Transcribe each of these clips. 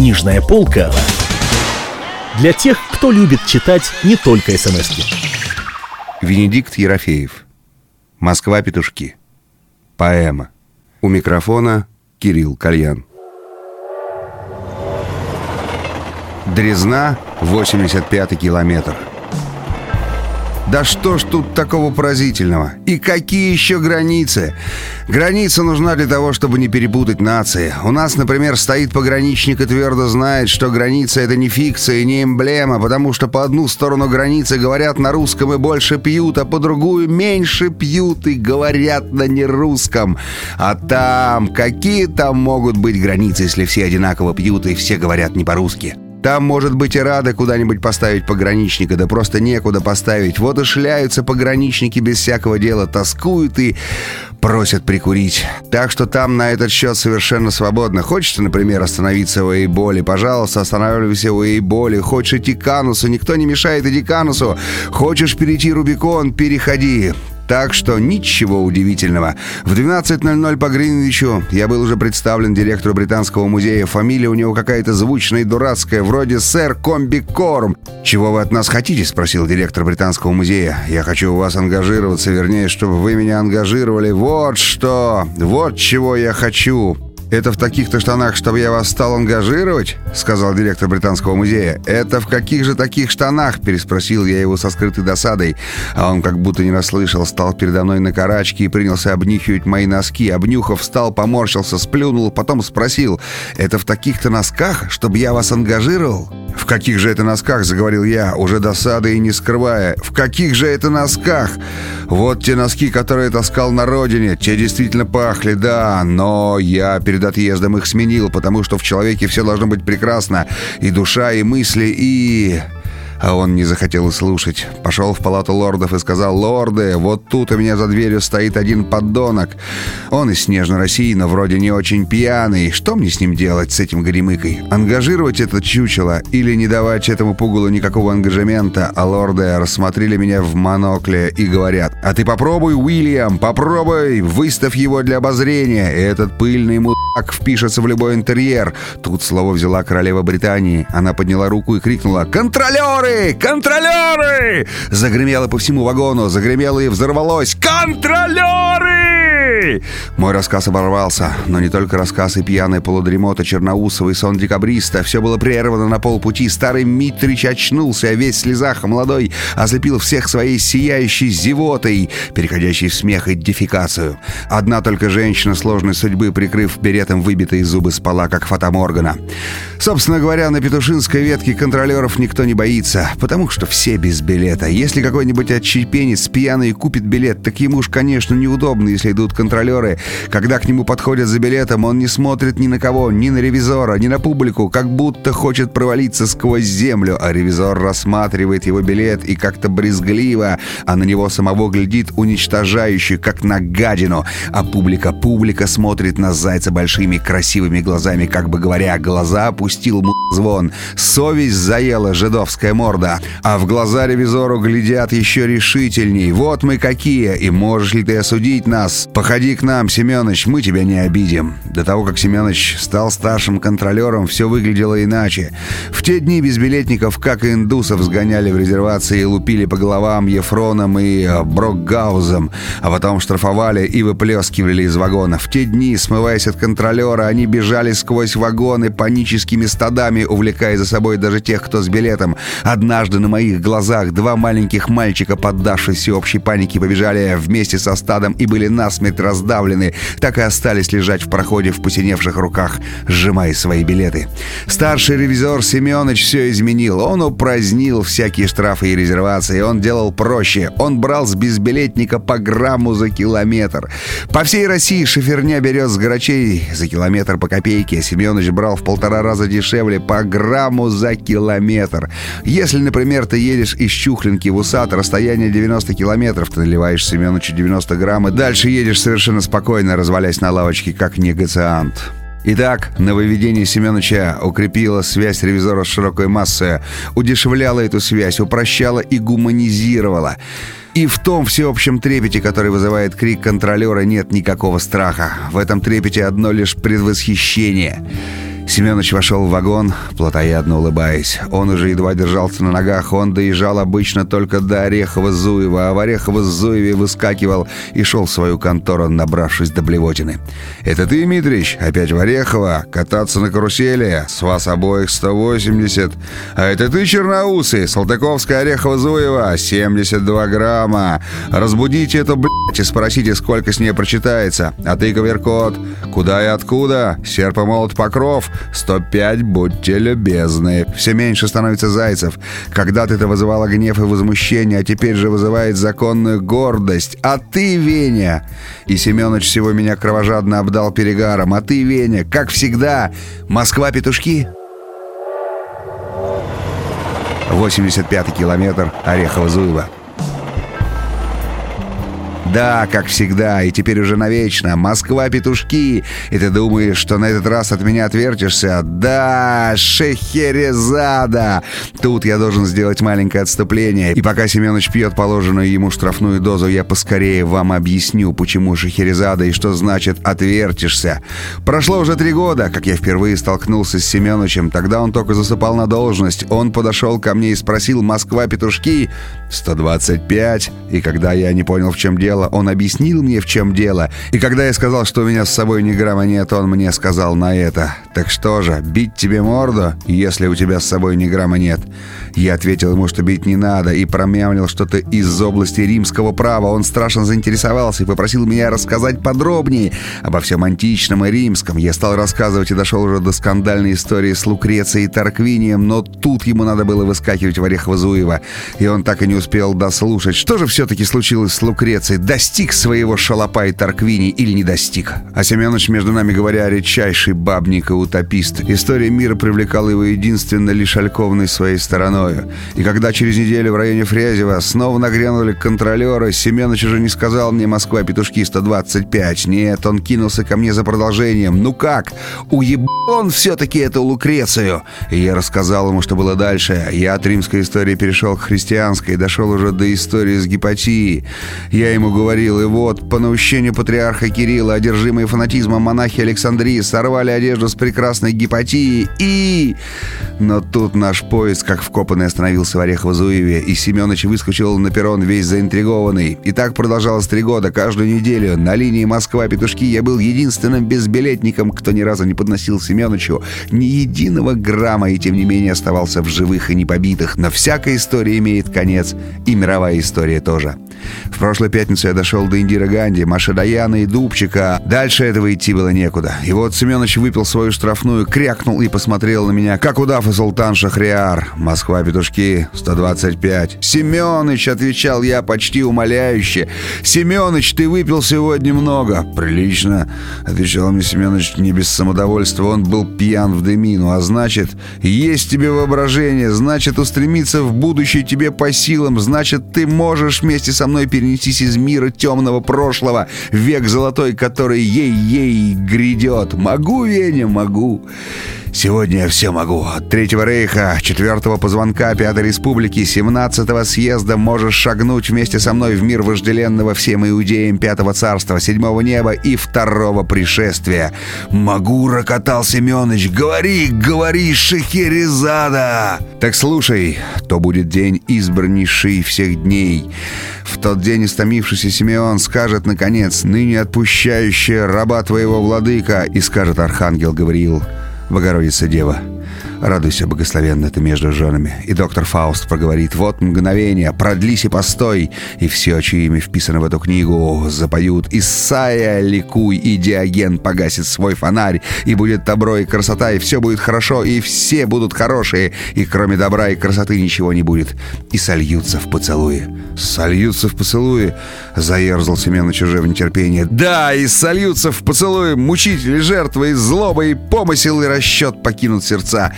Книжная полка для тех, кто любит читать не только смски. Венедикт Ерофеев. Москва-петушки. Поэма. У микрофона Кирилл Кальян. Дрезна, 85-й километр. Да что ж тут такого поразительного? И какие еще границы? Граница нужна для того, чтобы не перепутать нации. У нас, например, стоит пограничник и твердо знает, что граница — это не фикция и не эмблема, потому что по одну сторону границы говорят на русском и больше пьют, а по другую меньше пьют и говорят на нерусском. А там, какие там могут быть границы, если все одинаково пьют и все говорят не по-русски? Там, может быть, и рады куда-нибудь поставить пограничника, да просто некуда поставить. Вот и шляются пограничники без всякого дела, тоскуют и просят прикурить. Так что там на этот счет совершенно свободно. Хочешь, например, остановиться в Эйболе? Пожалуйста, останавливайся в Эйболе. Хочешь идти к Канусу? Никто не мешает, иди к Канусу. Хочешь перейти Рубикон? Переходи. Так что ничего удивительного. В 12:00 по Гринвичу я был уже представлен директору Британского музея. Фамилия у него какая-то звучная и дурацкая, вроде сэр Комбикорм. «Чего вы от нас хотите?» — спросил директор Британского музея. «Я хочу у вас ангажироваться, вернее, чтобы вы меня ангажировали. Вот что! Вот чего я хочу!» «Это в таких-то штанах, чтобы я вас стал ангажировать?» — сказал директор Британского музея. «Это в каких же таких штанах?» — переспросил я его со скрытой досадой. А он как будто не расслышал, стал передо мной на карачки и принялся обнюхивать мои носки. Обнюхав, встал, поморщился, сплюнул, потом спросил: «Это в таких-то носках, чтобы я вас ангажировал?» «В каких же это носках?» — заговорил я, уже досадой и не скрывая. «В каких же это носках? Вот те носки, которые я таскал на родине. Те действительно пахли, да, но я перед отъездом их сменил, потому что в человеке все должно быть прекрасно. И душа, и мысли, и...» А он не захотел и слушать. Пошел в палату лордов и сказал: «Лорды, вот тут у меня за дверью стоит один подонок. Он из Снежной России, но вроде не очень пьяный. Что мне с ним делать, с этим горемыкой? Ангажировать это чучело или не давать этому пугалу никакого ангажемента?» А лорды рассмотрели меня в монокле и говорят: «А ты попробуй, Уильям, попробуй, выставь его для обозрения. Этот пыльный мудак впишется в любой интерьер». Тут слово взяла королева Британии. Она подняла руку и крикнула: «Контролеры! Контролеры!» Загремело по всему вагону, загремело и взорвалось: «Контролеры!» Мой рассказ оборвался, но не только рассказ и пьяная полудремота Черноусова и сон декабриста. Все было прервано на полпути. Старый Митрич очнулся, весь в слезах, молодой ослепил всех своей сияющей зевотой, переходящей в смех и дефекацию. Одна только женщина сложной судьбы, прикрыв беретом выбитые зубы, спала, как фата Моргана. Собственно говоря, на Петушинской ветке контролеров никто не боится, потому что все без билета. Если какой-нибудь отщепенец пьяный купит билет, так ему уж, конечно, неудобно, если идут контролеры. Когда к нему подходят за билетом, он не смотрит ни на кого, ни на ревизора, ни на публику, как будто хочет провалиться сквозь землю, а ревизор рассматривает его билет и как-то брезгливо, а на него самого глядит уничтожающе, как на гадину, а публика смотрит на зайца большими красивыми глазами, как бы говоря: «Глаза опустил звон, совесть заела жидовская морда». А в глаза ревизору глядят еще решительней: «Вот мы какие, и можешь ли ты осудить нас? Походи к нам, Семёныч, мы тебя не обидим». До того, как Семёныч стал старшим контролером, все выглядело иначе. В те дни безбилетников, как и индусов, сгоняли в резервации и лупили по головам Ефроном и Брокгаузом, а потом штрафовали и выплескивали из вагона. В те дни, смываясь от контролера, они бежали сквозь вагоны паническими стадами, увлекая за собой даже тех, кто с билетом. Однажды на моих глазах два маленьких мальчика, поддавшись всеобщей панике, побежали вместе со стадом и были насмерть раздавлены, так и остались лежать в проходе в посиневших руках, сжимая свои билеты. Старший ревизор Семёныч все изменил. Он упразднил всякие штрафы и резервации. Он делал проще. Он брал с безбилетника по грамму за километр. По всей России шоферня берет с грачей за километр по копейке. Семёныч брал в 1,5 раза дешевле, по грамму за километр. Если, например, ты едешь из Чухлинки в Усат, расстояние 90 километров, ты наливаешь Семёнычу 90 грамм и дальше едешь совершенно спокойно, развалясь на лавочке, как негациант. Итак, нововведение Семёныча укрепило связь ревизора с широкой массой, удешевляло эту связь, упрощало и гуманизировало. И в том всеобщем трепете, который вызывает крик контролера, нет никакого страха. В этом трепете одно лишь предвосхищение. Семёныч вошел в вагон, плотоядно улыбаясь. Он уже едва держался на ногах. Он доезжал обычно только до Орехово-Зуева, а в Орехово-Зуеве выскакивал и шел в свою контору, набравшись до блевотины. «Это ты, Митрич? Опять в Орехово? Кататься на карусели? С вас обоих 180. А это ты, черноусый? Салтыковская, Орехово-Зуева? 72 грамма. Разбудите эту, блядь, и спросите, сколько с ней прочитается. А ты, Коверкот, куда и откуда? Серп и молот Покров? 105, будьте любезны». Все меньше становится зайцев. Когда-то это вызывало гнев и возмущение, а теперь же вызывает законную гордость. «А ты, Веня!» И Семёныч всего меня кровожадно обдал перегаром. «А ты, Веня, как всегда, Москва-петушки?» 85-й километр, Орехово-Зуево. Да, как всегда, и теперь уже навечно. Москва-петушки. И ты думаешь, что на этот раз от меня отвертишься? Да, Шехерезада. Тут я должен сделать маленькое отступление. И пока Семёныч пьет положенную ему штрафную дозу, я поскорее вам объясню, почему Шехерезада и что значит «отвертишься». Прошло уже 3 года, как я впервые столкнулся с Семёнычем. Тогда он только заступал на должность. Он подошел ко мне и спросил: «Москва-петушки?» 125. И когда я не понял, в чем дело, он объяснил мне, в чем дело. И когда я сказал, что у меня с собой ни грамма нет, он мне сказал на это: «Так что же, бить тебе морду, если у тебя с собой ни грамма нет?» Я ответил ему, что бить не надо, и промямлил что-то из области римского права. Он страшно заинтересовался и попросил меня рассказать подробнее обо всем античном и римском. Я стал рассказывать и дошел уже до скандальной истории с Лукрецией и Тарквинием, но тут ему надо было выскакивать в Орехово-Зуево, и он так и не успел дослушать. Что же все-таки случилось с Лукрецией? Достиг своего шалопа и Тарквиний или не достиг? А Семёныч, между нами говоря, редчайший бабник и утопист. История мира привлекала его единственно лишь альковной своей стороною. И когда через неделю в районе Фрязева снова нагрянули контролеры, Семёныч уже не сказал мне «Москва-петушки 125». Нет, он кинулся ко мне за продолжением. «Ну как? Уебал он все-таки эту Лукрецию?» И я рассказал ему, что было дальше. Я от римской истории перешел к христианской и дошел уже до истории с Гипатией. Я ему говорил, и вот, по наущению патриарха Кирилла, одержимые фанатизмом монахи Александрии сорвали одежду с прекрасной Гипатией и... Но тут наш поезд, как вкопанный, остановился в Орехово-Зуеве, и Семёныч выскочил на перрон весь заинтригованный. И так продолжалось 3 года. Каждую неделю на линии Москва-петушки я был единственным безбилетником, кто ни разу не подносил Семёнычу ни единого грамма, и тем не менее оставался в живых и непобитых. Но всякая история имеет конец, и мировая история тоже. В прошлую пятницу я дошел до Индиры Ганди, Машадаяна и Дубчика. Дальше этого идти было некуда. И вот Семёныч выпил свою штрафную, крякнул и посмотрел на меня, как удав и султан Шахриар. «Москва-петушки 125». «Семёныч», — отвечал я почти умоляюще, «Семёныч, ты выпил сегодня много». «Прилично», — отвечал мне Семёныч не без самодовольства. Он был пьян в дымину, а значит, есть тебе воображение, значит, устремиться в будущее тебе по силам, значит, ты можешь вместе со мной перенестись из мира темного прошлого в век золотой, который ей-ей грядет. Могу, Веня, могу. Сегодня я все могу. От Третьего рейха, 4-го позвонка Пятой Республики, 17-го съезда можешь шагнуть вместе со мной в мир вожделенного всем иудеям 5-го царства, 7-го неба и 2-го пришествия. Могу, рокотал Семёныч. Говори, говори, Шехерезада. Так слушай, то будет день избраннейший всех дней. В тот день истомившийся Симеон скажет, наконец, ныне отпущающая раба твоего владыка, и скажет архангел Гавриил: «Богородица Дева, радуйся, благословенна ты между женами». И доктор Фауст проговорит: «Вот мгновение, продлись и постой». И все, чье имя вписано в эту книгу, запоют: «Исайя, ликуй», и Диоген погасит свой фонарь, и будет добро и красота, и все будет хорошо, и все будут хорошие, и кроме добра и красоты ничего не будет. И сольются в поцелуи». «Сольются в поцелуи?» — заерзал Семёныч уже в нетерпении. «Да, и сольются в поцелуи мучители, жертвы, и злоба, и помысел, и расчет покинут сердца.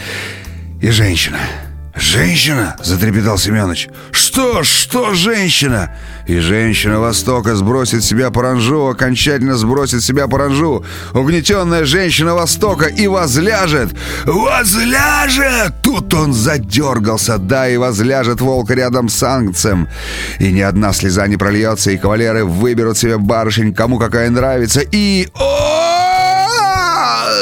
И женщина». «Женщина?» — затрепетал Семёныч. «Что женщина?» «И женщина Востока сбросит с себя паранжу, окончательно сбросит с себя паранжу. Угнетенная женщина Востока и возляжет». «Возляжет!» Тут он задергался. Да, и возляжет волк рядом с ангцем. И ни одна слеза не прольется, и кавалеры выберут себе барышень, кому какая нравится. И...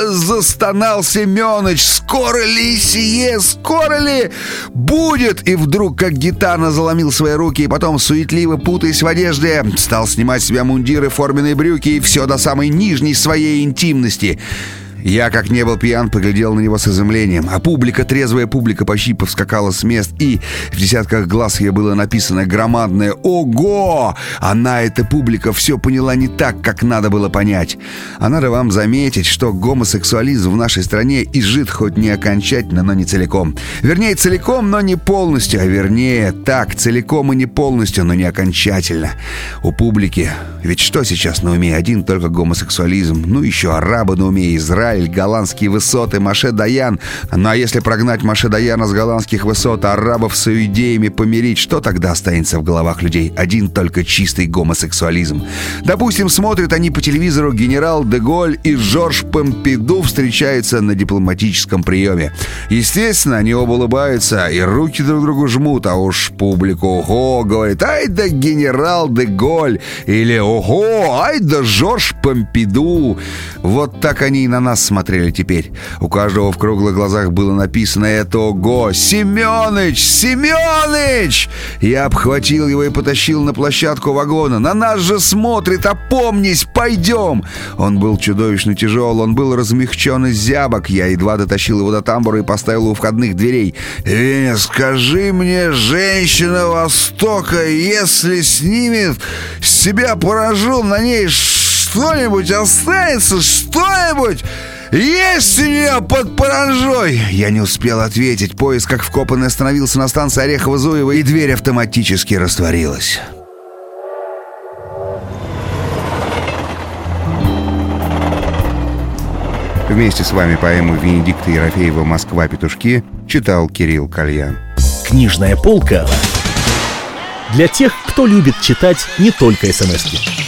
Застонал Семёныч. «Скоро ли сие? Скоро ли будет?» И вдруг, как гитана, заломил свои руки, и потом, суетливо путаясь в одежде, стал снимать с себя мундиры, форменные брюки и все до самой нижней своей интимности. Я, как не был пьян, поглядел на него с изумлением. А публика, трезвая публика, почти повскакала с мест, и в десятках глаз ее было написано громадное «Ого!». Она, эта публика, все поняла не так, как надо было понять. А надо вам заметить, что гомосексуализм в нашей стране изжит хоть не окончательно, но не целиком. Вернее, целиком, но не полностью. А вернее, так, целиком и не полностью, но не окончательно. У публики, ведь что сейчас на уме? Один только гомосексуализм. Ну, еще арабы на уме, Израиль, голландские высоты, Моше Даян. Ну а если прогнать Моше Даяна с голландских высот, арабов с иудеями помирить, что тогда останется в головах людей? Один только чистый гомосексуализм. Допустим, смотрят они по телевизору генерал де Голь и Жорж Помпиду встречаются на дипломатическом приеме. Естественно, они оба улыбаются и руки друг другу жмут, а уж публику «Ого!» говорит «Ай да генерал де Голь!» или «Ого! Ай да Жорж Помпиду!» Вот так они и на нас смотрели теперь. У каждого в круглых глазах было написано это «Ого! Семёныч! Семёныч!» Я обхватил его и потащил на площадку вагона. «На нас же смотрит! Опомнись! Пойдем!» Он был чудовищно тяжел, он был размягчен из зябок. Я едва дотащил его до тамбура и поставил у входных дверей. «Веня, скажи мне, женщина Востока, если снимет с себя поражу, на ней что-нибудь останется? Что-нибудь есть у нее под паранжой?» Я не успел ответить. Поезд, как вкопанный, остановился на станции Орехово-Зуево, и дверь автоматически растворилась. Вместе с вами поэму Венедикта Ерофеева «Москва. Петушки» читал Кирилл Кальян. Книжная полка для тех, кто любит читать не только смс-ки.